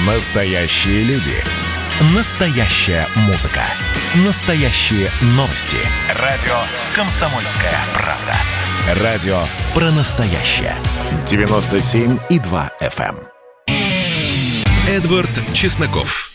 Настоящие люди. Настоящая музыка. Настоящие новости. Радио «Комсомольская правда». Радио про настоящее. 97,2 FM. Эдвард Чесноков.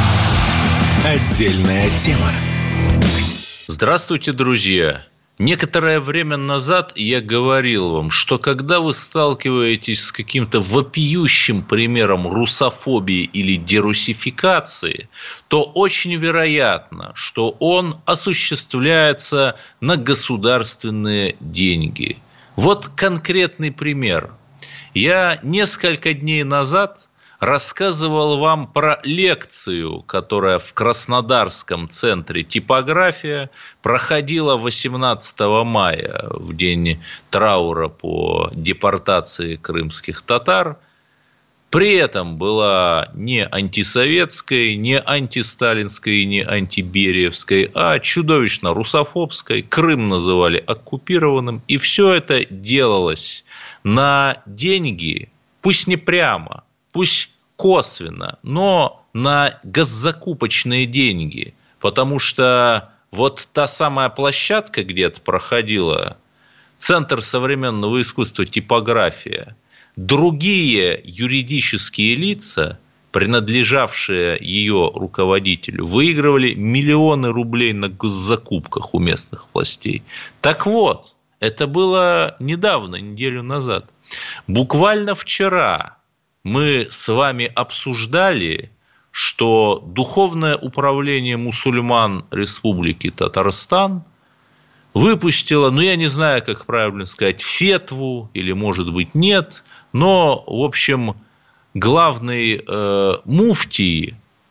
Отдельная тема. Здравствуйте, друзья! Некоторое время назад я говорил вам, что когда вы сталкиваетесь с каким-то вопиющим примером русофобии или дерусификации, то очень вероятно, что он осуществляется на государственные деньги. Вот конкретный пример. Я несколько дней назад рассказывал вам про лекцию, которая в Краснодарском центре «Типография» проходила 18 мая, в день траура по депортации крымских татар. При этом была не антисоветской, не антисталинской, не антибериевской, а чудовищно русофобской. Крым называли оккупированным. И все это делалось на деньги, пусть не прямо, пусть косвенно, но на госзакупочные деньги, потому что вот та самая площадка, где это проходило, Центр современного искусства «Типография», другие юридические лица, принадлежавшие ее руководителю, выигрывали миллионы рублей на госзакупках у местных властей. Так вот, это было недавно, неделю назад. Буквально вчера мы с вами обсуждали, что Духовное управление мусульман Республики Татарстан выпустило, я не знаю, как правильно сказать, фетву, или, может быть, нет, но, в общем, главный муфтий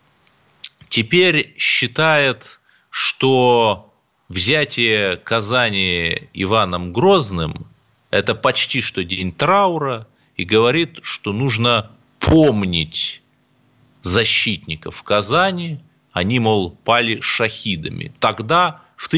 теперь считает, что взятие Казани Иваном Грозным – это почти что день траура, и говорит, что нужно помнить защитников Казани, они, мол, пали шахидами. Тогда, в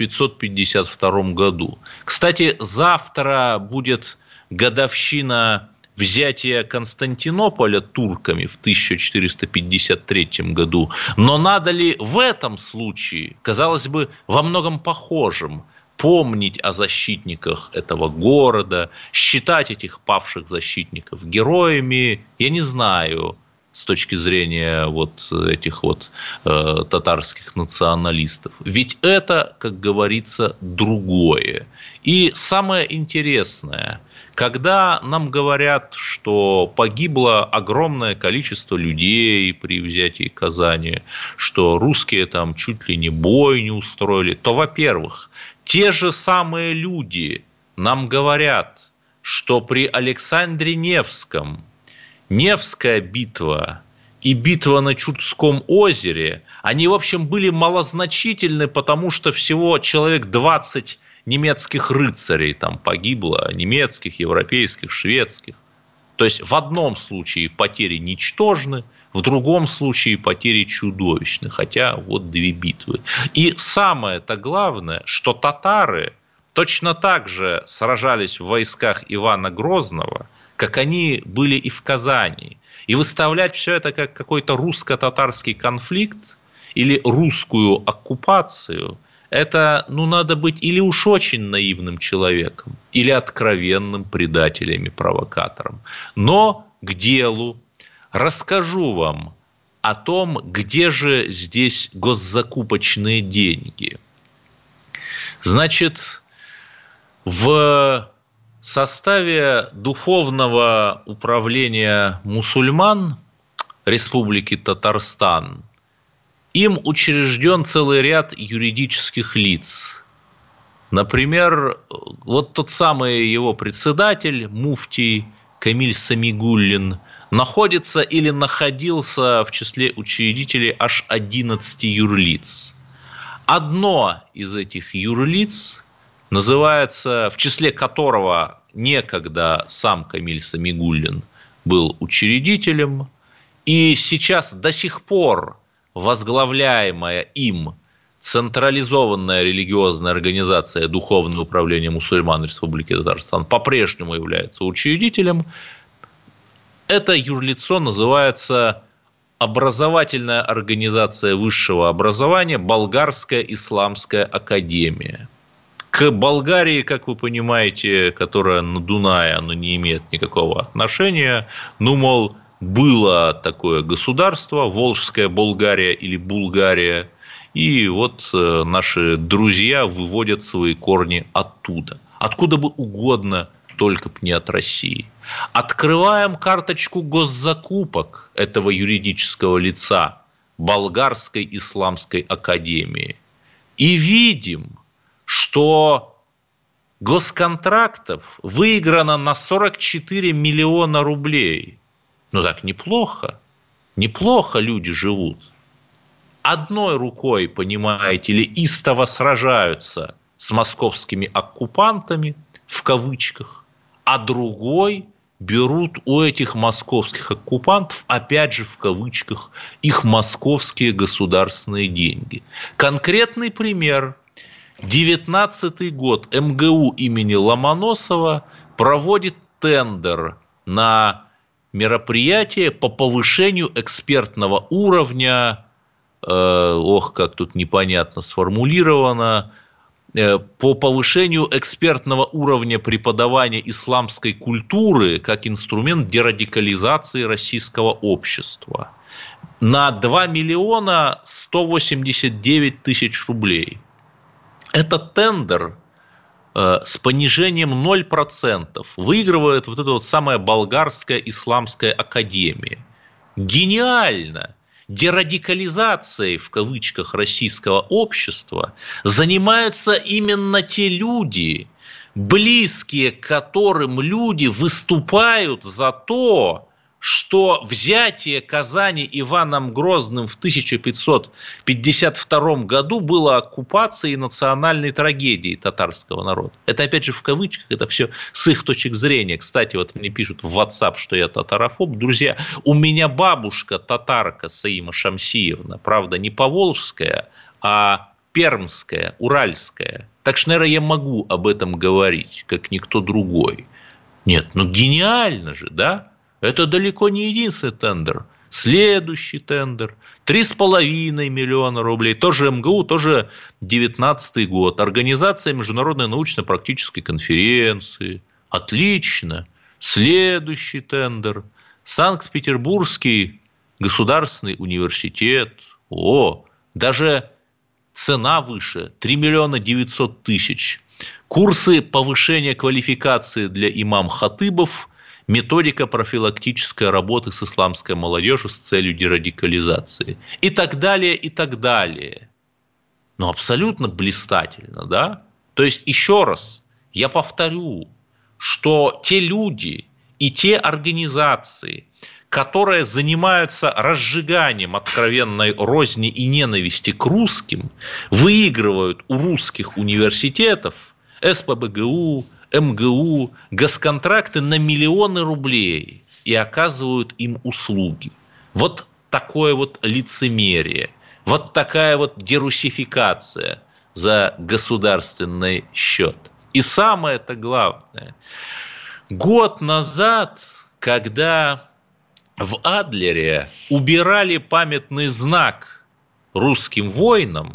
1552 году. Кстати, завтра будет годовщина взятия Константинополя турками в 1453 году. Но надо ли в этом случае, казалось бы, во многом похожем, помнить о защитниках этого города, считать этих павших защитников героями, я не знаю, с точки зрения вот этих вот татарских националистов. Ведь это, как говорится, другое. И самое интересное, когда нам говорят, что погибло огромное количество людей при взятии Казани, что русские там чуть ли не бойню устроили, то, во-первых, те же самые люди нам говорят, что при Александре Невском Невская битва и битва на Чудском озере, они, в общем, были малозначительны, потому что всего человек 20 немецких рыцарей там погибло, немецких, европейских, шведских. То есть в одном случае потери ничтожны, в другом случае потери чудовищны, хотя вот две битвы. И самое-то главное, что татары точно так же сражались в войсках Ивана Грозного, как они были и в Казани. И выставлять все это как какой-то русско-татарский конфликт или русскую оккупацию, это, надо быть или уж очень наивным человеком, или откровенным предателем и провокатором. Но к делу. Расскажу вам о том, где же здесь госзакупочные деньги. Значит, в составе Духовного управления мусульман Республики Татарстан им учрежден целый ряд юридических лиц. Например, вот тот самый его председатель, муфтий Камиль Самигуллин, находится или находился в числе учредителей аж 11 юрлиц. Одно из этих юрлиц называется, в числе которого некогда сам Камиль Самигуллин был учредителем, и сейчас до сих пор возглавляемая им централизованная религиозная организация Духовное управление мусульман Республики Татарстан по-прежнему является учредителем. Это юрлицо называется образовательная организация высшего образования Болгарская исламская академия. К Болгарии, как вы понимаете, которая на Дунае, оно не имеет никакого отношения. Ну, мол, было такое государство, Волжская Болгария или Булгария, и вот наши друзья выводят свои корни оттуда. Откуда бы угодно, только б не от России. Открываем карточку госзакупок этого юридического лица Болгарской исламской академии и видим, что госконтрактов выиграно на 44 миллиона рублей. Ну так неплохо. Неплохо люди живут. Одной рукой, понимаете ли, истово сражаются с московскими оккупантами, в кавычках, а другой берут у этих московских оккупантов, опять же в кавычках, их московские государственные деньги. Конкретный пример. 19-й год МГУ имени Ломоносова проводит тендер на мероприятие по повышению экспертного уровня, как тут непонятно сформулировано, по повышению экспертного уровня преподавания исламской культуры как инструмент дерадикализации российского общества на 2 миллиона 189 тысяч рублей. Этот тендер с понижением 0% выигрывает вот эта вот самая Болгарская исламская академия. Гениально! Дерадикализацией, в кавычках, российского общества занимаются именно те люди, близкие к которым люди выступают за то, что взятие Казани Иваном Грозным в 1552 году было оккупацией и национальной трагедией татарского народа. Это, опять же, в кавычках, это все с их точек зрения. Кстати, вот мне пишут в WhatsApp, что я татарофоб. Друзья, у меня бабушка татарка Саима Шамсиевна, правда, не поволжская, а пермская, уральская. Так что, наверное, я могу об этом говорить, как никто другой. Нет, ну гениально же, да? Это далеко не единственный тендер. Следующий тендер. 3,5 миллиона рублей. Тоже МГУ, тоже 19-й год. Организация Международной научно-практической конференции. Отлично. Следующий тендер. Санкт-Петербургский государственный университет. Даже цена выше. 3 миллиона 900 тысяч. Курсы повышения квалификации для имам-хатыбов. Методика профилактической работы с исламской молодежью с целью дерадикализации. И так далее, и так далее. Ну, абсолютно блистательно, да? То есть, еще раз, я повторю, что те люди и те организации, которые занимаются разжиганием откровенной розни и ненависти к русским, выигрывают у русских университетов, СПбГУ, МГУ, госконтракты на миллионы рублей и оказывают им услуги. Вот такое вот лицемерие, вот такая вот дерусификация за государственный счет. И самое-то главное, год назад, когда в Адлере убирали памятный знак русским воинам,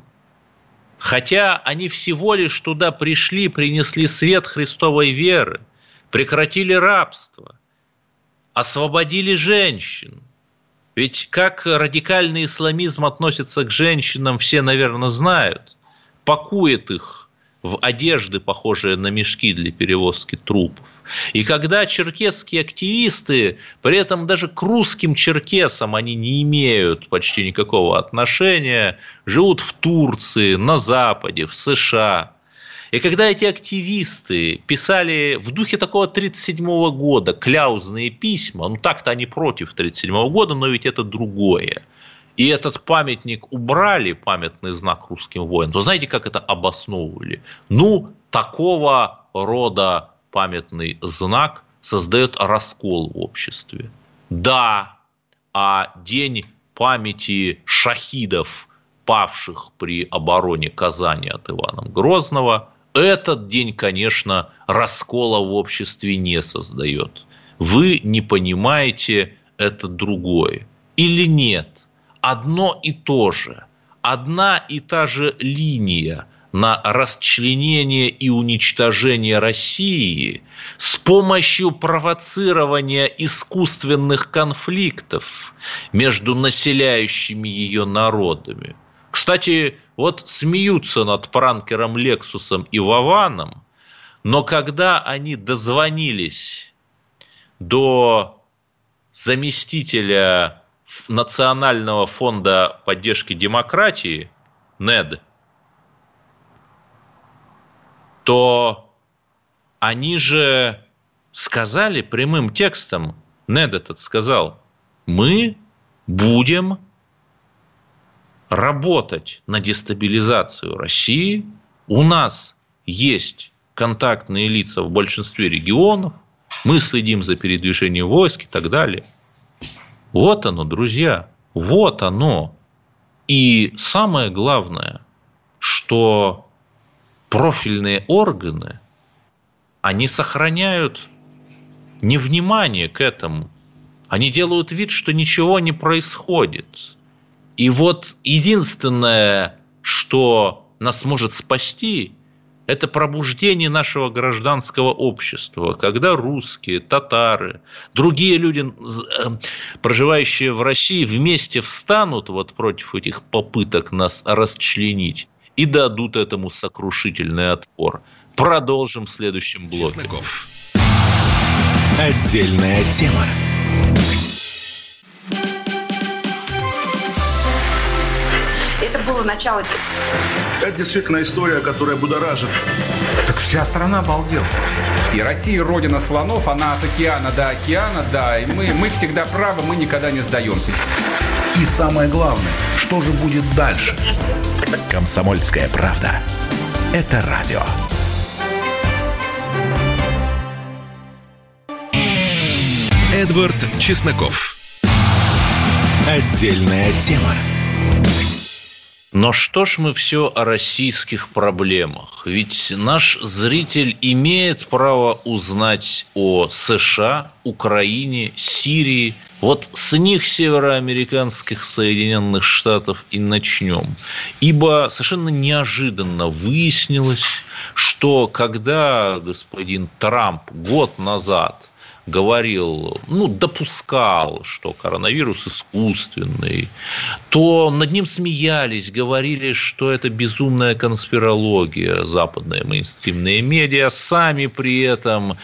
хотя они всего лишь туда пришли, принесли свет Христовой веры, прекратили рабство, освободили женщин. Ведь как радикальный исламизм относится к женщинам, все, наверное, знают. Пакует их в одежды, похожие на мешки для перевозки трупов. И когда черкесские активисты, при этом даже к русским черкесам они не имеют почти никакого отношения, живут в Турции, на Западе, в США. И когда эти активисты писали в духе такого 1937 года кляузные письма, ну так-то они против 1937 года, но ведь это другое. И этот памятник убрали, памятный знак русским воинам, то знаете, как это обосновывали? Ну, такого рода памятный знак создает раскол в обществе. Да, а день памяти шахидов, павших при обороне Казани от Ивана Грозного, этот день, конечно, раскола в обществе не создает. Вы не понимаете, это другое. или нет? Одно и то же. Одна и та же линия на расчленение и уничтожение России с помощью провоцирования искусственных конфликтов между населяющими ее народами. Кстати, вот смеются над пранкером Лексусом и Вованом, но когда они дозвонились до заместителя Национального фонда поддержки демократии, НЭД, то они же сказали прямым текстом, НЭД этот сказал, мы будем работать на дестабилизацию России, у нас есть контактные лица в большинстве регионов, мы следим за передвижением войск и так далее. Вот оно, друзья, вот оно. И самое главное, что профильные органы, они сохраняют невнимание к этому. Они делают вид, что ничего не происходит. И вот единственное, что нас может спасти, это пробуждение нашего гражданского общества, когда русские, татары, другие люди, проживающие в России, вместе встанут вот против этих попыток нас расчленить и дадут этому сокрушительный отпор. Продолжим в следующем блоке. Чесноков. Отдельная тема. Это было начало. Это действительно история, которая будоражит. Так вся страна обалдела. И Россия родина слонов, она от океана до океана, да. И мы всегда правы, мы никогда не сдаемся. И самое главное, что же будет дальше? Комсомольская правда. Это радио. Эдвард Чесноков. Отдельная тема. Но что ж мы все о российских проблемах? Ведь наш зритель имеет право узнать о США, Украине, Сирии. Вот с них, североамериканских Соединенных Штатов, и начнем. Ибо совершенно неожиданно выяснилось, что когда господин Трамп год назад говорил, допускал, что коронавирус искусственный, то над ним смеялись, говорили, что это безумная конспирология, западные мейнстримные медиа, сами при этом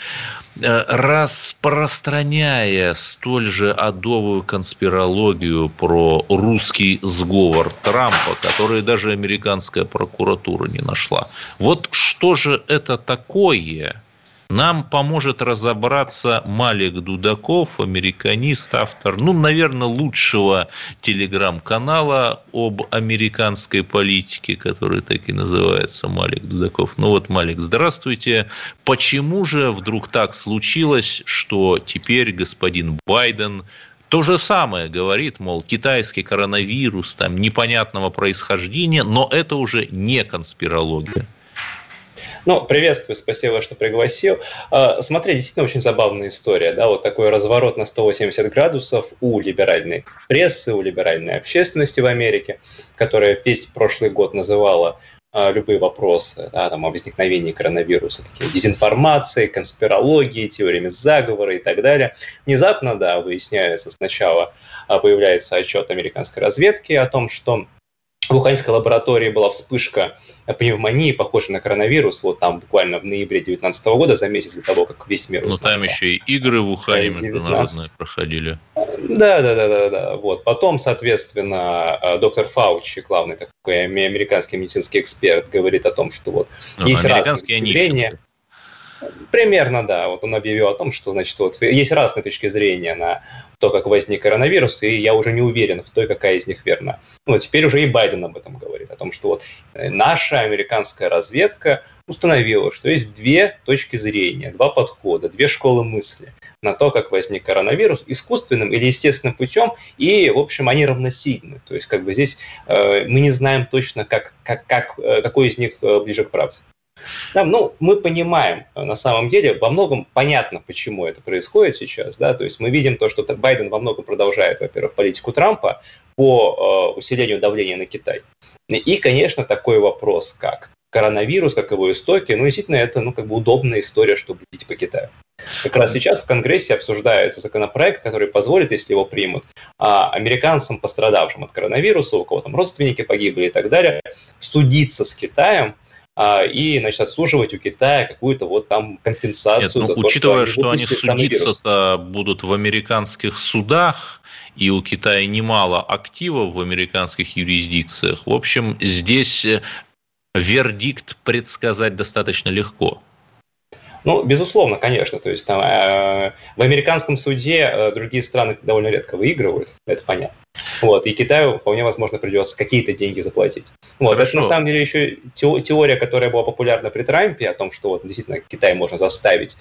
распространяя столь же адовую конспирологию про русский сговор Трампа, который даже американская прокуратура не нашла. Вот что же это такое? Нам поможет разобраться Малик Дудаков, американист, автор, наверное, лучшего телеграм-канала об американской политике, который так и называется, Малик Дудаков. Малик, здравствуйте. Почему же вдруг так случилось, что теперь господин Байден то же самое говорит, мол, китайский коронавирус, непонятного происхождения, но это уже не конспирология? Приветствую, спасибо, что пригласил. Смотри, действительно очень забавная история, да, вот такой разворот на 180 градусов у либеральной прессы, у либеральной общественности в Америке, которая весь прошлый год называла любые вопросы, да, о возникновении коронавируса, такие дезинформацией, конспирологией, теориями заговора и так далее. Внезапно, да, выясняется, сначала появляется отчет американской разведки о том, что в уханьской лаборатории была вспышка пневмонии, похожая на коронавирус, вот там буквально в ноябре 2019 года, за месяц до того, как весь мир узнал. Там еще и игры в Ухане международные проходили. Да. Вот. Потом, соответственно, доктор Фаучи, главный такой американский медицинский эксперт, говорит о том, что вот есть разные точки зрения. Примерно, да. Вот он объявил о том, что, есть разные точки зрения на то, как возник коронавирус, и я уже не уверен в той, какая из них верна. Теперь уже и Байден об этом говорит, о том, что наша американская разведка установила, что есть две точки зрения, два подхода, две школы мысли на то, как возник коронавирус, искусственным или естественным путем, и, в общем, они равносильны. То есть, здесь мы не знаем точно, какой из них ближе к правде. Да, ну, мы понимаем, на самом деле, во многом понятно, почему это происходит сейчас, да, то есть мы видим то, что Байден во многом продолжает, во-первых, политику Трампа по усилению давления на Китай. И, конечно, такой вопрос, как коронавирус, как его истоки, ну, действительно, это, ну, как бы удобная история, чтобы бить по Китаю. Как раз сейчас в Конгрессе обсуждается законопроект, который позволит, если его примут, американцам, пострадавшим от коронавируса, у кого там родственники погибли и так далее, судиться с Китаем и, значит, отсуживать у Китая какую-то вот там компенсацию. Нет, за то, учитывая, что они судиться-то будут в американских судах, и у Китая немало активов в американских юрисдикциях, в общем, здесь вердикт предсказать достаточно легко. Ну, безусловно, конечно. То есть там в американском суде другие страны довольно редко выигрывают, это понятно. Вот, и Китаю вполне возможно придется какие-то деньги заплатить. Вот, это на самом деле еще теория, которая была популярна при Трампе, о том, что вот, действительно Китай можно заставить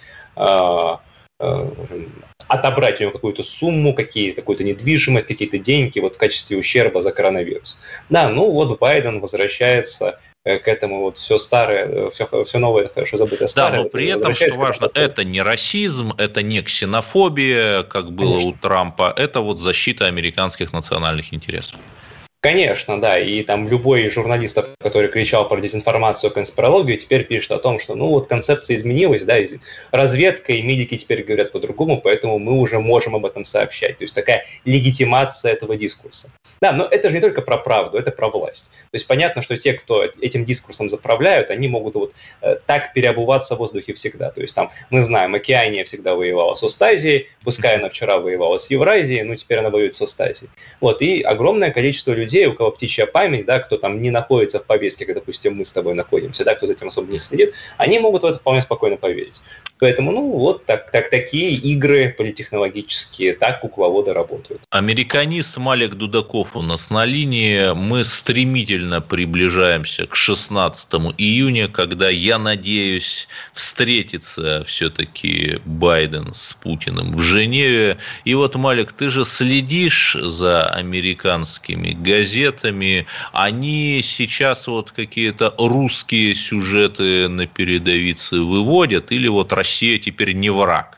отобрать у него какую-то сумму, какую-то недвижимость, какие-то деньги вот в качестве ущерба за коронавирус. Да, ну вот Байден возвращается к этому вот все старое, все новое, хорошо забытое старое. Да, но при этом, что важно, это не расизм, это не ксенофобия, как было у Трампа, это вот защита американских национальных интересов. Конечно, да, и там любой журналист, который кричал про дезинформацию, конспирологию, теперь пишет о том, что, ну, вот концепция изменилась, да, разведка и медики теперь говорят по-другому, поэтому мы уже можем об этом сообщать. То есть такая легитимация этого дискурса. Да, но это же не только про правду, это про власть. То есть понятно, что те, кто этим дискурсом заправляют, они могут вот так переобуваться в воздухе всегда. То есть там, мы знаем, Океания всегда воевала с Остазией, пускай она вчера воевала с Евразией, но теперь она воюет с Остазией. Вот, и огромное количество людей, у кого птичья память, да, кто там не находится в повестке, как, допустим, мы с тобой находимся, да, кто за этим особо не следит, они могут в это вполне спокойно поверить. Поэтому, ну, вот такие игры политтехнологические, так кукловоды работают. Американист Малик Дудаков у нас на линии. Мы стремительно приближаемся к 16 июня, когда, я надеюсь, встретится все-таки Байден с Путиным в Женеве. И вот, Малик, ты же следишь за американскими газетами, они сейчас вот какие-то русские сюжеты на передовице выводят, или вот Россия теперь не враг?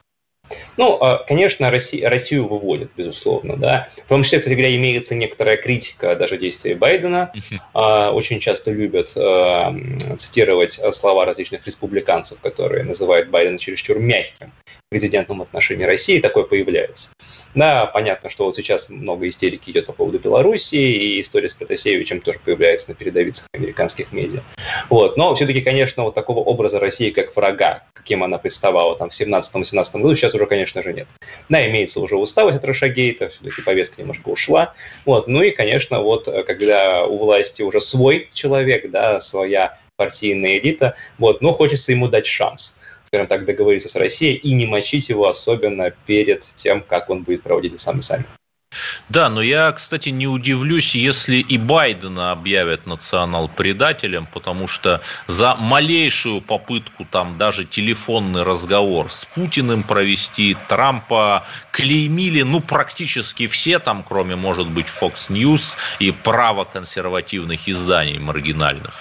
Ну, конечно, Россию выводят, безусловно, да. В том числе, кстати говоря, имеется некоторая критика даже действий Байдена. Очень часто любят цитировать слова различных республиканцев, которые называют Байдена чересчур мягким президентом в отношении России. Такое появляется. Да, понятно, что вот сейчас много истерики идет по поводу Белоруссии, и история с Протасевичем тоже появляется на передовицах американских медиа. Вот. Но все-таки, конечно, вот такого образа России как врага, каким она представала там в 17-18 году, сейчас уже, конечно же, нет. Да, имеется уже устав от Рашагейта, все-таки повестка немножко ушла. Вот. Ну и, конечно, вот когда у власти уже свой человек, да, своя партийная элита, вот, но хочется ему дать шанс, скажем так, договориться с Россией и не мочить его, особенно перед тем, как он будет проводить этот самый саммит. Да, но я, кстати, не удивлюсь, если и Байдена объявят национал-предателем, потому что за малейшую попытку там даже телефонный разговор с Путиным провести Трампа клеймили, ну, практически все там, кроме, может быть, Fox News и правоконсервативных изданий маргинальных.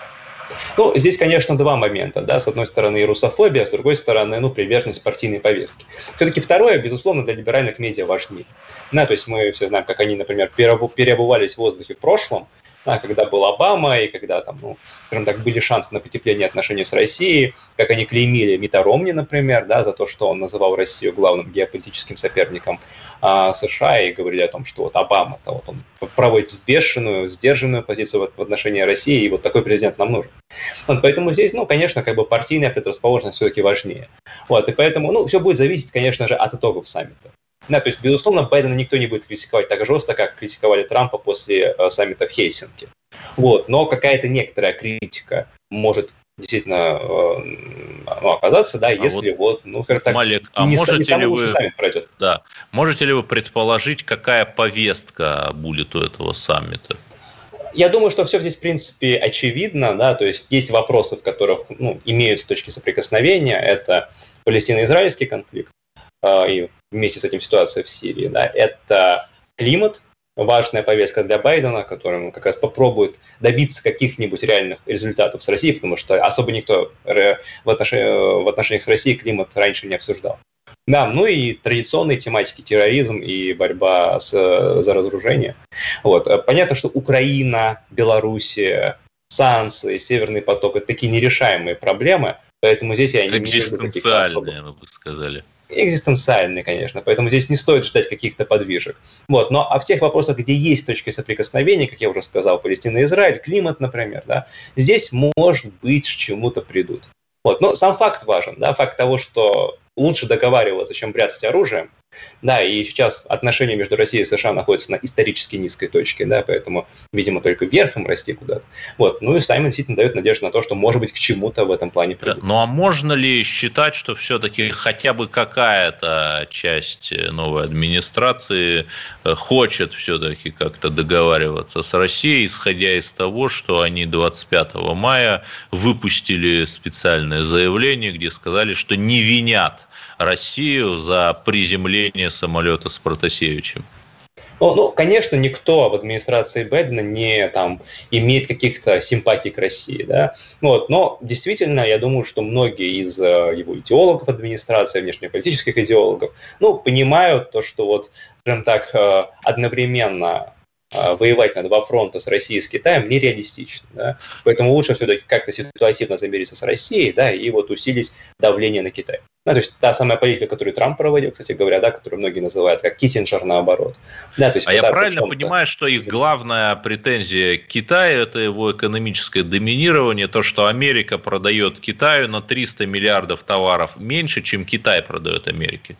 Ну, здесь, конечно, два момента, да, с одной стороны русофобия, с другой стороны, ну, приверженность партийной повестки. Все-таки второе, безусловно, для либеральных медиа важнее. Да, то есть мы все знаем, как они, например, переобувались в воздухе в прошлом, да, когда был Обама, и когда там, ну, скажем так, были шансы на потепление отношений с Россией, как они клеймили Митта Ромни, например, да, за то, что он называл Россию главным геополитическим соперником США, и говорили о том, что вот Обама-то вот он проводит взвешенную, сдержанную позицию в отношении России, и вот такой президент нам нужен. Вот, поэтому здесь, ну, конечно, как бы партийная предрасположенность все-таки важнее. Вот, и поэтому, ну, все будет зависеть, конечно же, от итогов саммита. Да, то есть, безусловно, Байдена никто не будет критиковать так жестко, как критиковали Трампа после саммита в Хельсинки. Вот, но какая-то некоторая критика может действительно оказаться, да, если вот, ну, так, Малик, не самый лучший саммит пройдет. Да. Можете ли вы предположить, какая повестка будет у этого саммита? Я думаю, что все здесь, в принципе, очевидно, да, то есть есть вопросы, в которых, ну, имеются точки соприкосновения, это палестино-израильский конфликт, и вместе с этим ситуация в Сирии, да, это климат, важная повестка для Байдена, которым он как раз попробует добиться каких-нибудь реальных результатов с Россией, потому что особо никто в отношениях с Россией климат раньше не обсуждал. Да, ну и традиционные тематики терроризм и борьба за разоружение. Вот. Понятно, что Украина, Белоруссия, санкции, Северный поток – это такие нерешаемые проблемы, поэтому здесь я не вижу каких-то особых... Экзистенциальные, вы бы сказали. Экзистенциальные, конечно, поэтому здесь не стоит ждать каких-то подвижек. Вот. Но а в тех вопросах, где есть точки соприкосновения, как я уже сказал, Палестина и Израиль, климат, например, да, здесь, может быть, к чему-то придут. Вот. Но сам факт важен, да, факт того, что лучше договариваться, чем бряцать оружием. Да, и сейчас отношения между Россией и США находятся на исторически низкой точке, да, поэтому, видимо, только вверхом расти куда-то. Вот. Ну и Саймон действительно дает надежду на то, что, может быть, к чему-то в этом плане придут. Ну а можно ли считать, что все-таки хотя бы какая-то часть новой администрации хочет все-таки как-то договариваться с Россией, исходя из того, что они 25 мая выпустили специальное заявление, где сказали, что не винят Россию за приземление самолета с Протасевичем? Ну, конечно, никто в администрации Байдена не имеет каких-то симпатий к России, да? Вот, но действительно, я думаю, что многие из его идеологов администрации, внешнеполитических идеологов, понимают то, что вот, скажем так, одновременно воевать на два фронта с Россией и с Китаем нереалистично. Да? Поэтому лучше все-таки как-то ситуативно замириться с Россией, да, и вот усилить давление на Китай. То есть та самая политика, которую Трамп проводил, кстати говоря, да, которую многие называют как Киссинджер наоборот. Да, то есть я правильно понимаю, что их главная претензия к Китаю – это его экономическое доминирование, то, что Америка продает Китаю на 300 миллиардов товаров меньше, чем Китай продает Америке?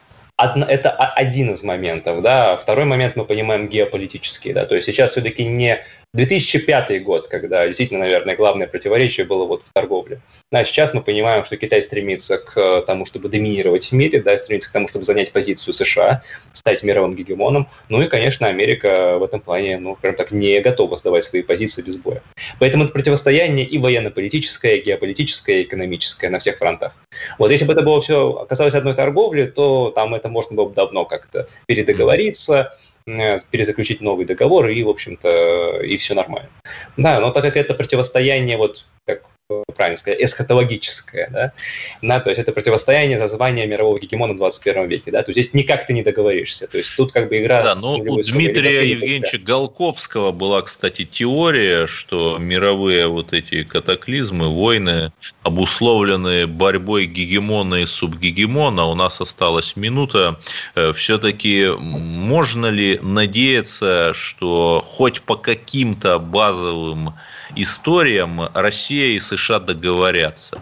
Это один из моментов, да. Второй момент мы понимаем геополитический, да. То есть сейчас все-таки не 2005 год, когда действительно, наверное, главное противоречие было вот в торговле. А сейчас мы понимаем, что Китай стремится к тому, чтобы доминировать в мире, да, стремится к тому, чтобы занять позицию США, стать мировым гегемоном. Ну и, конечно, Америка в этом плане, скажем так, не готова сдавать свои позиции без боя. Поэтому это противостояние и военно-политическое, и геополитическое, и экономическое на всех фронтах. Вот если бы это было все оказалось одной торговлей, то там это можно было бы давно как-то передоговориться, перезаключить новый договор, и, в общем-то, и все нормально. Да, но так как это противостояние, вот, как правильно сказать, эсхатологическое, да, то есть это противостояние за звание мирового гегемона в 21 веке, да, то есть здесь никак ты не договоришься, то есть тут как бы игра... Да, но у Дмитрия Евгеньевича Голковского была, кстати, теория, что мировые вот эти катаклизмы, войны обусловлены борьбой гегемона и субгегемона. У нас осталась минута. Все-таки можно ли надеяться, что хоть по каким-то базовым историям Россия и США договорятся?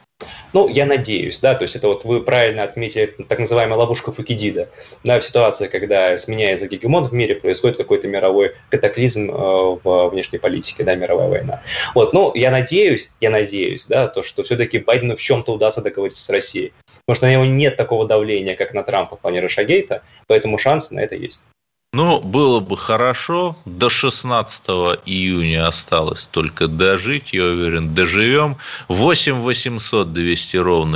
Я надеюсь, да, то есть это вот вы правильно отметили, так называемая ловушка Фукидида, да, в ситуации, когда сменяется гегемон в мире, происходит какой-то мировой катаклизм в внешней политике, да, мировая война. Вот, я надеюсь, да, то, что все-таки Байдену в чем-то удастся договориться с Россией, потому что на него нет такого давления, как на Трампа в плане Russiagate, поэтому шансы на это есть. Было бы хорошо. До 16 июня осталось только дожить. Я уверен, доживем. 8 800 200 ровно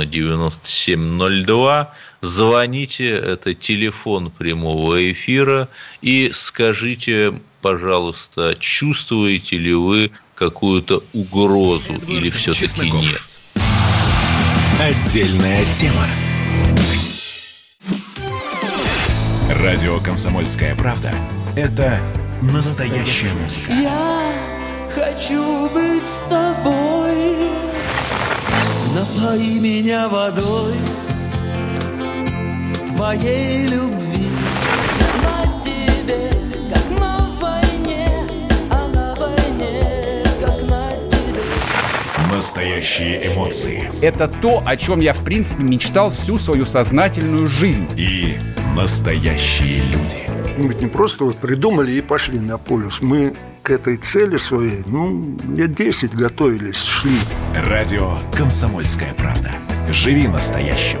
9702. Звоните. Это телефон прямого эфира. И скажите, пожалуйста, чувствуете ли вы какую-то угрозу или все-таки Чесноков. нет? Отдельная тема. Радио «Комсомольская правда» – это настоящая музыка. Я хочу быть с тобой. Напои меня водой твоей любви. На тебе, как на войне, а на войне, как на тебе. Настоящие эмоции. Это то, о чем я, в принципе, мечтал всю свою сознательную жизнь. И настоящие люди. Мы ведь не просто придумали и пошли на полюс. Мы к этой цели своей, лет 10 готовились, шли. Радио «Комсомольская правда». Живи настоящим.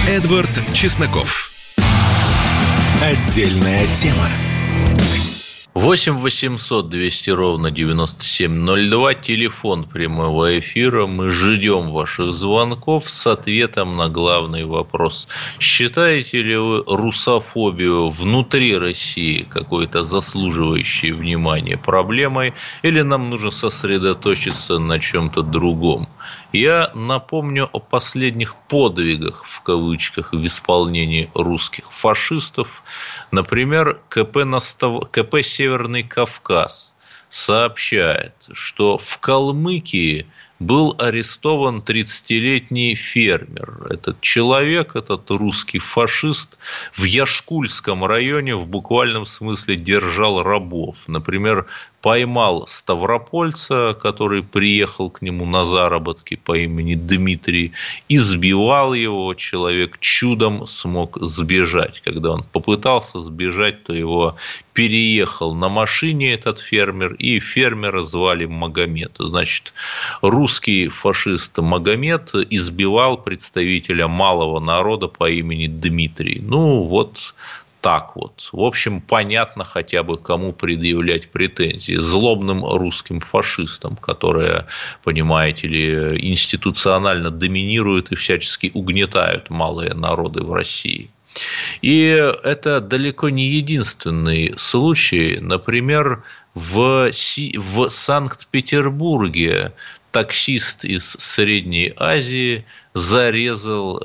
Эдвард Чесноков. Отдельная тема. 8 800 200 ровно 9702, телефон прямого эфира. Мы ждем ваших звонков с ответом на главный вопрос. Считаете ли вы русофобию внутри России какой-то заслуживающей внимания проблемой, или нам нужно сосредоточиться на чем-то другом? Я напомню о последних подвигах, в кавычках, в исполнении русских фашистов. Например, КП «Северный Кавказ» сообщает, что в Калмыкии был арестован 30-летний фермер. Этот человек, этот русский фашист, в Яшкульском районе в буквальном смысле держал рабов. Например, поймал ставропольца, который приехал к нему на заработки по имени Дмитрий, избивал его, человек чудом смог сбежать. Когда он попытался сбежать, то его переехал на машине этот фермер, и фермера звали Магомед. Значит, русский фашист Магомед избивал представителя малого народа по имени Дмитрий. Ну, вот так вот. В общем, понятно хотя бы, кому предъявлять претензии. Злобным русским фашистам, которые, понимаете ли, институционально доминируют и всячески угнетают малые народы в России. И это далеко не единственный случай. Например, в Санкт-Петербурге таксист из Средней Азии зарезал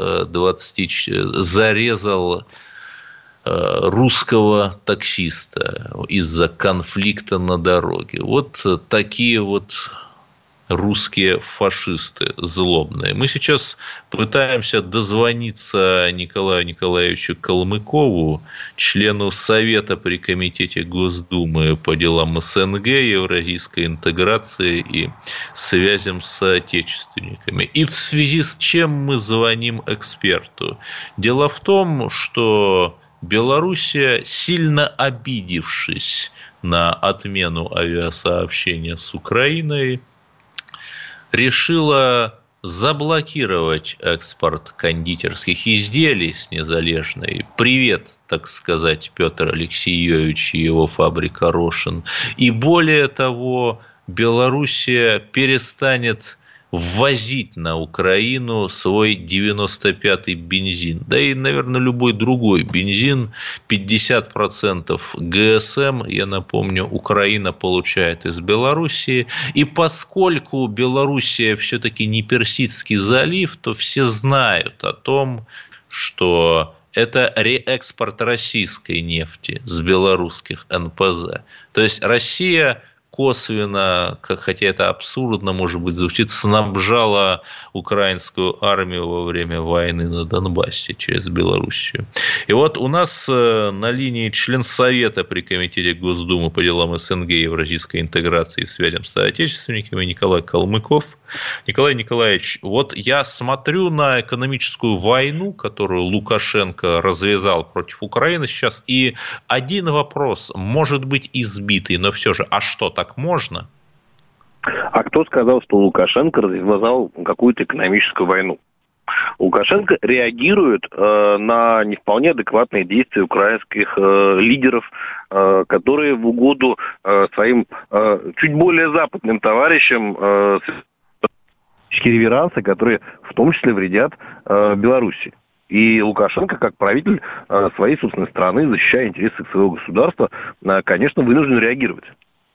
русского таксиста из-за конфликта на дороге. Вот такие вот русские фашисты злобные. Мы сейчас пытаемся дозвониться Николаю Николаевичу Калмыкову, члену Совета при Комитете Госдумы по делам СНГ, евразийской интеграции и связям с соотечественниками. И в связи с чем мы звоним эксперту? Дело в том, что Белоруссия, сильно обидевшись на отмену авиасообщения с Украиной, решила заблокировать экспорт кондитерских изделий с Незалежной. Привет, так сказать, Петр Алексеевич и его фабрика «Рошин». И более того, Белоруссия перестанет ввозить на Украину свой 95-й бензин. Да и, наверное, любой другой бензин. 50% ГСМ, я напомню, Украина получает из Белоруссии. И поскольку Белоруссия все-таки не Персидский залив, то все знают о том, что это реэкспорт российской нефти с белорусских НПЗ. То есть Россия косвенно, хотя это абсурдно, может быть, звучит, снабжала украинскую армию во время войны на Донбассе через Белоруссию. И вот у нас на линии член Совета при Комитете Госдумы по делам СНГ, евразийской интеграции и связям с соотечественниками Николай Калмыков. Николай Николаевич, вот я смотрю на экономическую войну, которую Лукашенко развязал против Украины сейчас, и один вопрос, может быть избитый, но все же, а что, так можно? А кто сказал, что Лукашенко развязал какую-то экономическую войну? Лукашенко реагирует на не вполне адекватные действия украинских лидеров, которые в угоду своим чуть более западным товарищам реверансы, которые в том числе вредят Беларуси. И Лукашенко, как правитель своей собственной страны, защищая интересы своего государства, конечно, вынужден реагировать.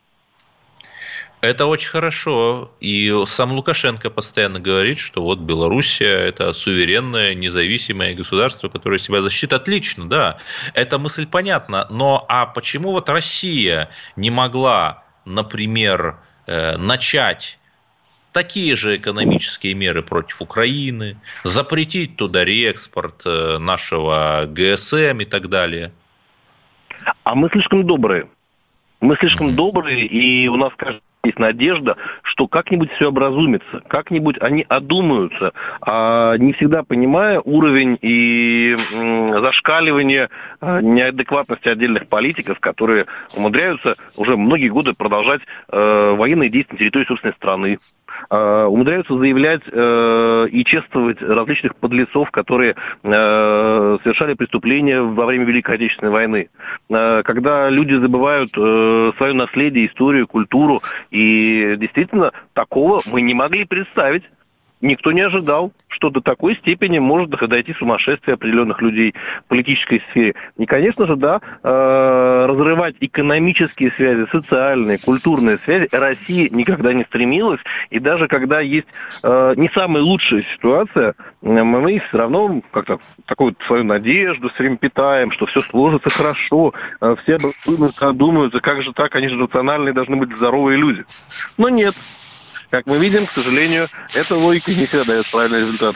Это очень хорошо. И сам Лукашенко постоянно говорит, что вот Белоруссия – это суверенное, независимое государство, которое себя защитит. Отлично, да. Эта мысль понятна. Но а почему вот Россия не могла, например, начать такие же экономические меры против Украины, запретить туда реэкспорт нашего ГСМ и так далее? А мы слишком добрые. Мы слишком добрые, и у нас, кажется, есть надежда, что как-нибудь все образумится, как-нибудь они одумаются, не всегда понимая уровень и зашкаливание неадекватности отдельных политиков, которые умудряются уже многие годы продолжать военные действия на территории собственной страны, умудряются заявлять и чествовать различных подлецов, которые совершали преступления во время Великой Отечественной войны. Когда люди забывают свое наследие, историю, культуру, и действительно такого мы не могли представить. Никто не ожидал, что до такой степени может дойти сумасшествие определенных людей в политической сфере. И, конечно же, да, разрывать экономические связи, социальные, культурные связи Россия никогда не стремилась. И даже когда есть не самая лучшая ситуация, мы все равно как-то такую свою надежду все время питаем, что все сложится хорошо, все думают, как же так, они же рациональные, должны быть здоровые люди. Но нет. Как мы видим, к сожалению, эта логика не всегда дает правильный результат.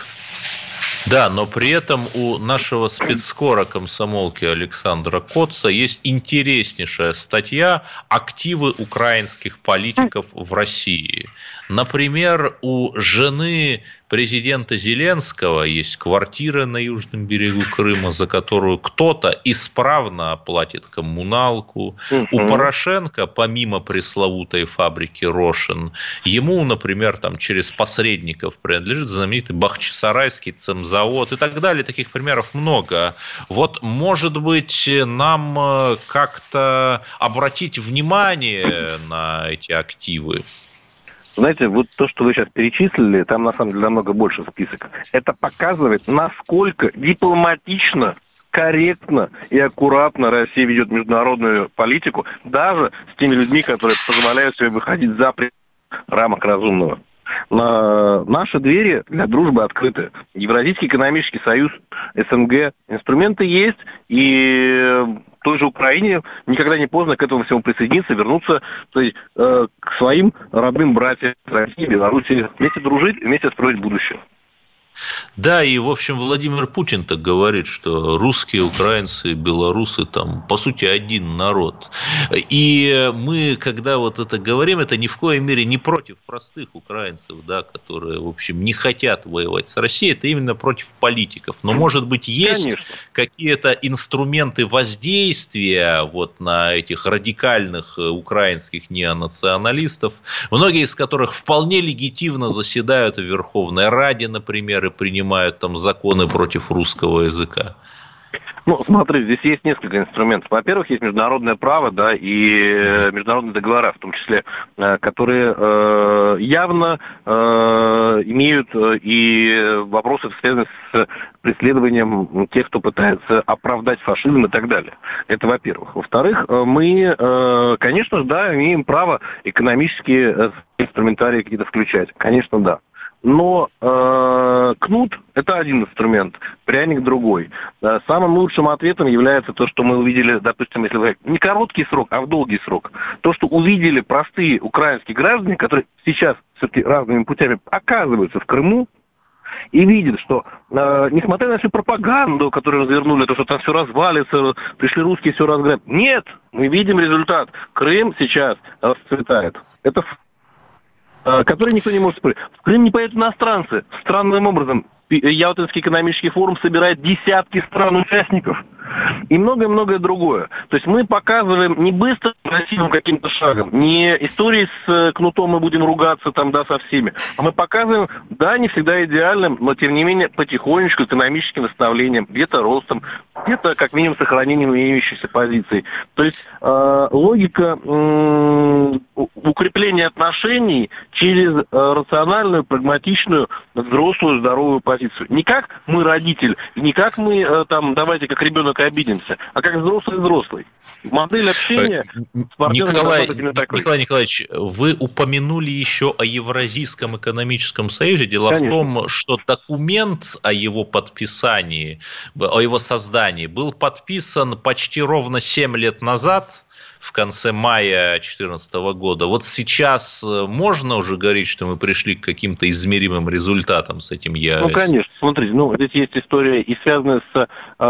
Да, но при этом у нашего спецскора комсомолки Александра Котца есть интереснейшая статья «Активы украинских политиков в России». Например, у жены президента Зеленского есть квартира на южном берегу Крыма, за которую кто-то исправно оплатит коммуналку. У Порошенко, помимо пресловутой фабрики «Рошен», ему, например, там, через посредников принадлежит знаменитый Бахчисарайский цемзавод и так далее. Таких примеров много. Вот, может быть, нам как-то обратить внимание на эти активы? Знаете, вот то, что вы сейчас перечислили, там на самом деле намного больше список. Это показывает, насколько дипломатично, корректно и аккуратно Россия ведет международную политику, даже с теми людьми, которые позволяют себе выходить за рамок разумного. Наши двери для дружбы открыты. Евразийский экономический союз, СНГ, инструменты есть, и той же Украине никогда не поздно к этому всему присоединиться, вернуться, то есть, к своим родным братьям России, Беларуси, вместе дружить, вместе строить будущее. Да, и, в общем, Владимир Путин так говорит, что русские, украинцы, белорусы, там, по сути, один народ. И мы, когда вот это говорим, это ни в коей мере не против простых украинцев, да, которые, в общем, не хотят воевать с Россией, это именно против политиков. Но, может быть, есть какие-то инструменты воздействия вот на этих радикальных украинских неонационалистов, многие из которых вполне легитимно заседают в Верховной Раде, например, и принимают там законы против русского языка? Ну, смотри, здесь есть несколько инструментов. Во-первых, есть международное право, да, и международные договора, в том числе, которые явно имеют и вопросы, связанные с преследованием тех, кто пытается оправдать фашизм и так далее. Это во-первых. Во-вторых, мы, конечно же, да, имеем право экономические инструментарии какие-то включать. Конечно, да. Но кнут – это один инструмент, пряник – другой. Самым лучшим ответом является то, что мы увидели, допустим, если говорить не короткий срок, а в долгий срок. То, что увидели простые украинские граждане, которые сейчас все-таки разными путями оказываются в Крыму, и видят, что, несмотря на всю пропаганду, которую развернули, то, что там все развалится, пришли русские, все разграбят. Нет, мы видим результат. Крым сейчас расцветает. Это который никто не может спорить. В Крым не поедут иностранцы. Странным образом. Ялтинский экономический форум собирает десятки стран-участников. И многое-многое другое. То есть мы показываем не быстро, красивым каким-то шагом, не истории с кнутом мы будем ругаться там, да, со всеми, а мы показываем, да, не всегда идеальным, но тем не менее потихонечку экономическим восстановлением, где-то ростом, где-то как минимум сохранением имеющихся позиций. То есть логика укрепления отношений через рациональную, прагматичную, взрослую, здоровую позицию. Не как мы родитель, не как мы там, давайте как ребенок обидимся, а как взрослый. Модель общения с партнерами Николай Николаевич, вы упомянули еще о Евразийском экономическом союзе. Дело в том, что документ о его подписании, о его создании был подписан почти ровно 7 лет назад, в конце мая 2014 года. Вот сейчас можно уже говорить, что мы пришли к каким-то измеримым результатам с этим ЕАЭС? Ну, конечно. Смотрите, здесь есть история и связанная с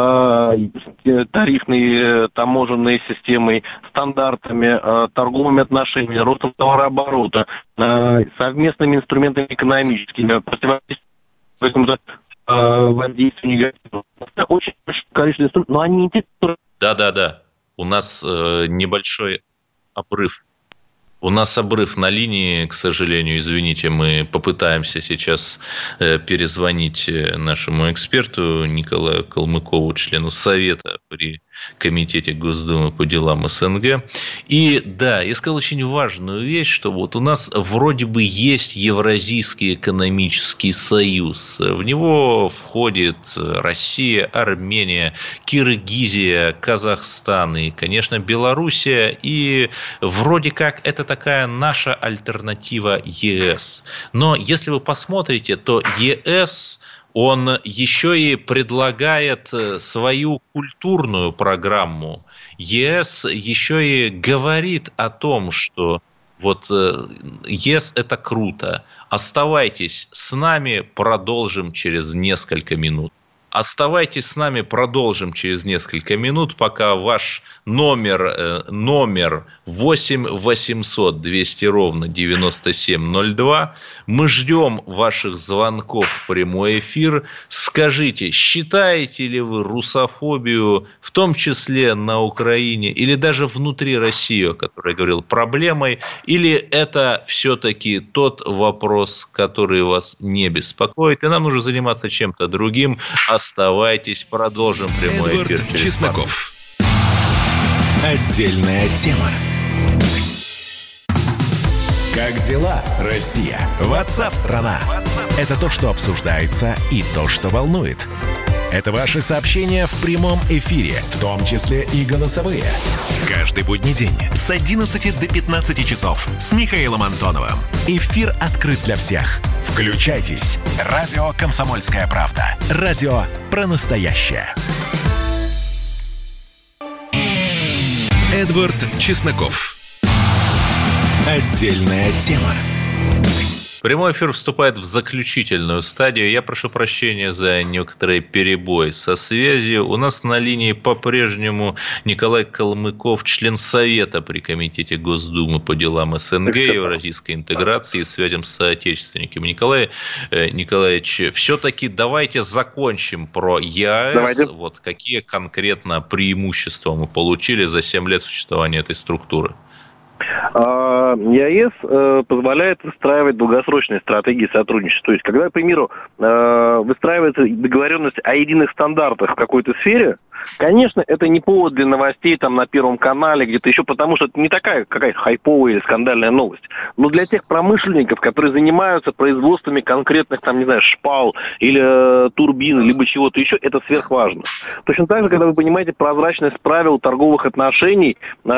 тарифной, таможенной системой, стандартами, торговыми отношениями, ростом товарооборота, совместными инструментами экономическими, противодействием воздействию негативного. Это очень большое количество инструментов, но они не те, которые... Да. У нас небольшой обрыв. У нас обрыв на линии, к сожалению, извините, мы попытаемся сейчас перезвонить нашему эксперту Николаю Калмыкову, члену Совета при Комитете Госдумы по делам СНГ. И да, я сказал очень важную вещь, что вот у нас вроде бы есть Евразийский экономический союз. В него входит Россия, Армения, Киргизия, Казахстан и, конечно, Белоруссия. И вроде как это такая наша альтернатива ЕС. Но если вы посмотрите, то ЕС, он еще и предлагает свою культурную программу. ЕС еще и говорит о том, что вот ЕС – это круто. Оставайтесь с нами, продолжим через несколько минут. Оставайтесь с нами, продолжим через несколько минут, пока ваш номер 8 800 200 ровно 9702. Мы ждем ваших звонков в прямой эфир. Скажите, считаете ли вы русофобию, в том числе на Украине, или даже внутри России, о которой я говорил, проблемой, или это все-таки тот вопрос, который вас не беспокоит, и нам нужно заниматься чем-то другим. Оставайтесь, продолжим прямой эфир Эдвард через Чесноков. Отдельная тема. Как дела, Россия? Ватсап-страна! Это то, что обсуждается, и то, что волнует. Это ваши сообщения в прямом эфире, в том числе и голосовые. Каждый будний день с 11 до 15 часов с Михаилом Антоновым. Эфир открыт для всех. Включайтесь. Радио «Комсомольская правда». Радио про настоящее. Эдвард Чесноков. Отдельная тема. Прямой эфир вступает в заключительную стадию. Я прошу прощения за некоторые перебои со связью. У нас на линии по-прежнему Николай Калмыков, член Совета при Комитете Госдумы по делам СНГ, евразийской интеграции и связям с соотечественниками. Николай Николаевич, все-таки давайте закончим про ЕАЭС. Давайте. Вот какие конкретно преимущества мы получили за 7 лет существования этой структуры? ЕАЭС позволяет выстраивать долгосрочные стратегии сотрудничества. То есть, когда, к примеру, выстраивается договоренность о единых стандартах в какой-то сфере, конечно, это не повод для новостей там на Первом канале, где-то еще, потому что это не такая какая-то хайповая или скандальная новость. Но для тех промышленников, которые занимаются производствами конкретных, там, не знаю, шпал или турбин, либо чего-то еще, это сверхважно. Точно так же, когда вы понимаете прозрачность правил торговых отношений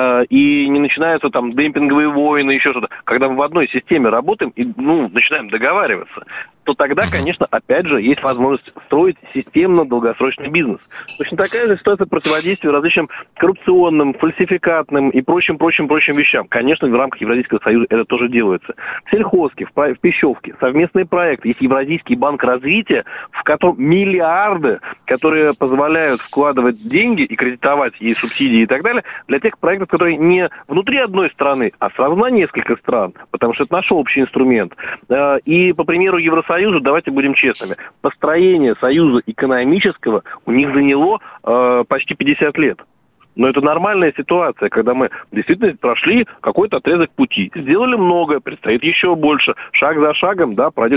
и не начинаются там демпинговые войны, еще что-то, когда мы в одной системе работаем и начинаем договариваться, то тогда, конечно, опять же, есть возможность строить системно долгосрочный бизнес. Точно такая же ситуация противодействия различным коррупционным, фальсификатным и прочим вещам. Конечно, в рамках Евразийского союза это тоже делается. В сельхозке, в пищевке, совместные проекты. Есть Евразийский банк развития, в котором миллиарды, которые позволяют вкладывать деньги и кредитовать ей субсидии и так далее, для тех проектов, которые не внутри одной страны, а сразу на несколько стран, потому что это наш общий инструмент. И по примеру Евросоюза, давайте будем честными, построение союза экономического у них заняло почти 50 лет. Но это нормальная ситуация, когда мы действительно прошли какой-то отрезок пути, сделали многое, предстоит еще больше. Шаг за шагом, да, пройдет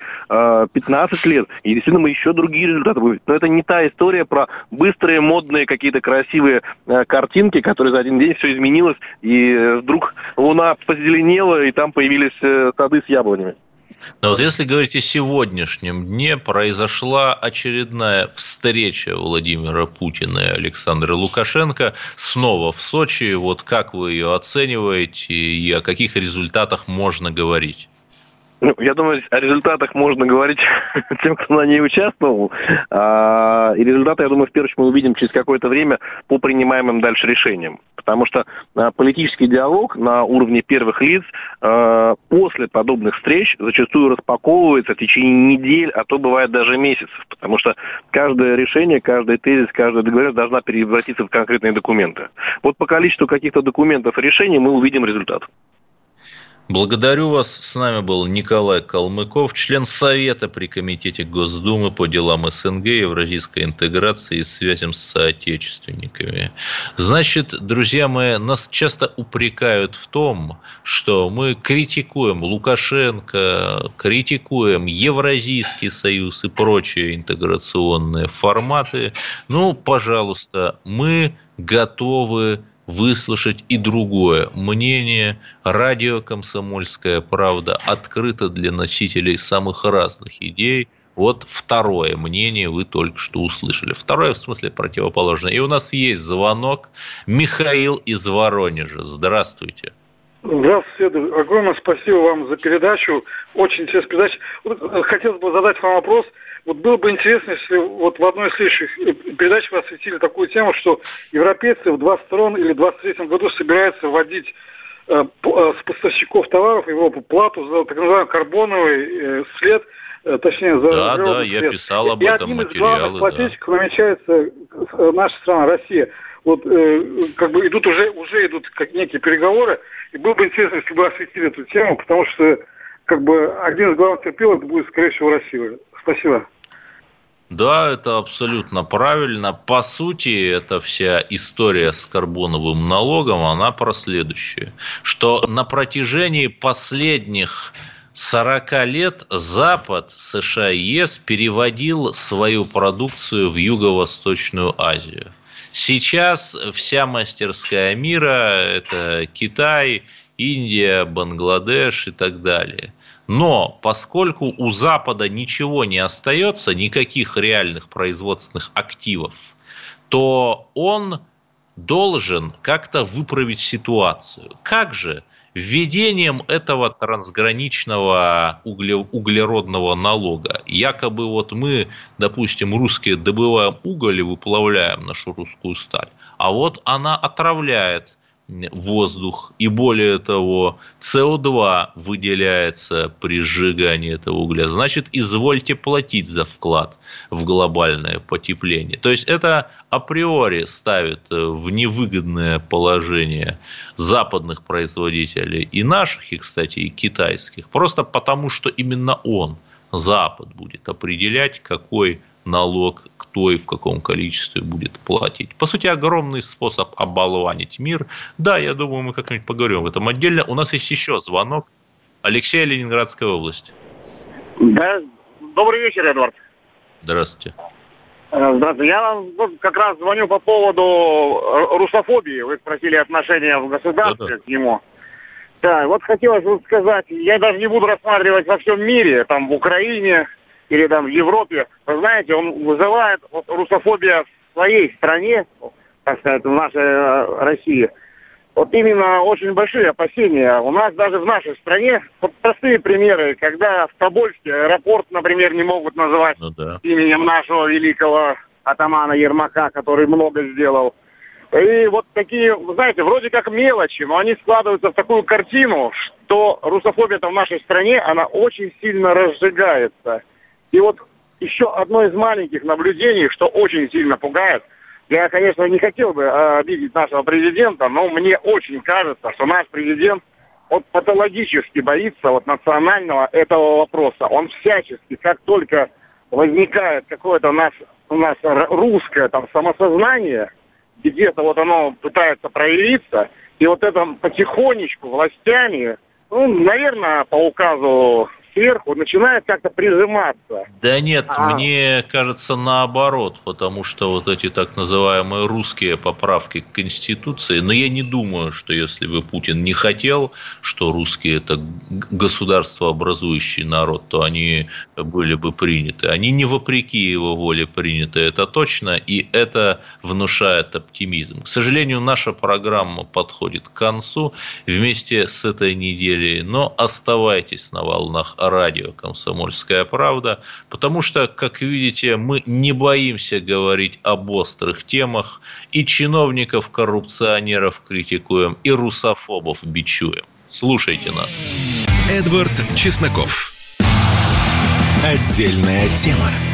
10-15 лет, и действительно мы еще другие результаты будем. Но это не та история про быстрые, модные, какие-то красивые картинки, которые за один день все изменилось, и вдруг луна позеленела, и там появились сады с яблонями. Но вот если говорить о сегодняшнем дне, произошла очередная встреча Владимира Путина и Александра Лукашенко снова в Сочи. Вот как вы ее оцениваете и о каких результатах можно говорить? Я думаю, о результатах можно говорить тем, кто на ней участвовал. И результаты, я думаю, в первую очередь мы увидим через какое-то время по принимаемым дальше решениям. Потому что политический диалог на уровне первых лиц после подобных встреч зачастую распаковывается в течение недель, а то бывает даже месяцев. Потому что каждое решение, каждый тезис, каждая договоренность должна превратиться в конкретные документы. Вот по количеству каких-то документов и решений мы увидим результат. Благодарю вас. С нами был Николай Калмыков, член Совета при Комитете Госдумы по делам СНГ, евразийской интеграции и связям с соотечественниками. Значит, друзья мои, нас часто упрекают в том, что мы критикуем Лукашенко, критикуем Евразийский союз и прочие интеграционные форматы. Ну, пожалуйста, мы готовы выслушать и другое мнение. Радио «Комсомольская правда» открыто для носителей самых разных идей. Вот второе мнение вы только что услышали. Второе, в смысле, противоположное. И у нас есть звонок. Михаил из Воронежа. Здравствуйте. Здравствуйте. Огромное спасибо вам за передачу. Очень интересная передача. Хотелось бы задать вам вопрос. Вот было бы интересно, если вот в одной из следующих передач вы осветили такую тему, что европейцы в 2022 или 2023 году собираются вводить с поставщиков товаров в Европу плату за так называемый карбоновый след, точнее, за Да, я писал об этом материалы. И одним из главных плательщиков намечается наша страна, Россия. Вот как бы уже идут как некие переговоры, и было бы интересно, если бы осветили эту тему, потому что как бы один из главных терпилов это будет, скорее всего, Россия. Спасибо. Да, это абсолютно правильно. По сути, эта вся история с карбоновым налогом, она про следующее. Что на протяжении последних 40 лет Запад, США и ЕС переводил свою продукцию в Юго-Восточную Азию. Сейчас вся мастерская мира – это Китай, Индия, Бангладеш и так далее. Но поскольку у Запада ничего не остается, никаких реальных производственных активов, то он должен как-то выправить ситуацию. Как же? Введением этого трансграничного углеродного налога. Якобы вот мы, допустим, русские добываем уголь и выплавляем нашу русскую сталь, а вот она отравляет воздух, и более того, СО2 выделяется при сжигании этого угля. Значит, извольте платить за вклад в глобальное потепление. То есть это априори ставит в невыгодное положение западных производителей и наших, и, кстати, и китайских, просто потому, что именно он, Запад, будет определять, какой налог, кто и в каком количестве будет платить. По сути, огромный способ оболванить мир. Да, я думаю, мы как-нибудь поговорим об этом отдельно. У нас есть еще звонок. Алексей, Ленинградская область. Да, добрый вечер, Эдвард. Здравствуйте. Здравствуйте. Я вам как раз звоню по поводу русофобии. Вы спросили отношения в государстве к нему. Да, вот хотелось бы сказать, я даже не буду рассматривать во всем мире, там в Украине или там в Европе. Вы знаете, он вызывает русофобия в своей стране, так сказать, в нашей России. Вот именно очень большие опасения. У нас даже в нашей стране, вот простые примеры, когда в Тобольске аэропорт, например, не могут называть именем нашего великого атамана Ермака, который много сделал. И вот такие, знаете, вроде как мелочи, но они складываются в такую картину, что русофобия-то в нашей стране, она очень сильно разжигается. И вот еще одно из маленьких наблюдений, что очень сильно пугает. Я, конечно, не хотел бы обидеть нашего президента, но мне очень кажется, что наш президент вот патологически боится вот национального этого вопроса. Он всячески, как только возникает какое-то у нас русское там самосознание, где-то вот оно пытается проявиться, и вот это потихонечку властями, наверное, по указу сверху начинает как-то прижиматься. Да нет, мне кажется наоборот, потому что вот эти так называемые русские поправки к Конституции, но я не думаю, что если бы Путин не хотел, что русские это государствообразующий народ, то они были бы приняты. Они не вопреки его воле приняты, это точно, и это внушает оптимизм. К сожалению, наша программа подходит к концу вместе с этой неделей, но оставайтесь на волнах радио «Комсомольская правда», потому что, как видите, мы не боимся говорить об острых темах, и чиновников-коррупционеров критикуем, и русофобов бичуем. Слушайте нас. Эдвард Чесноков. Отдельная тема.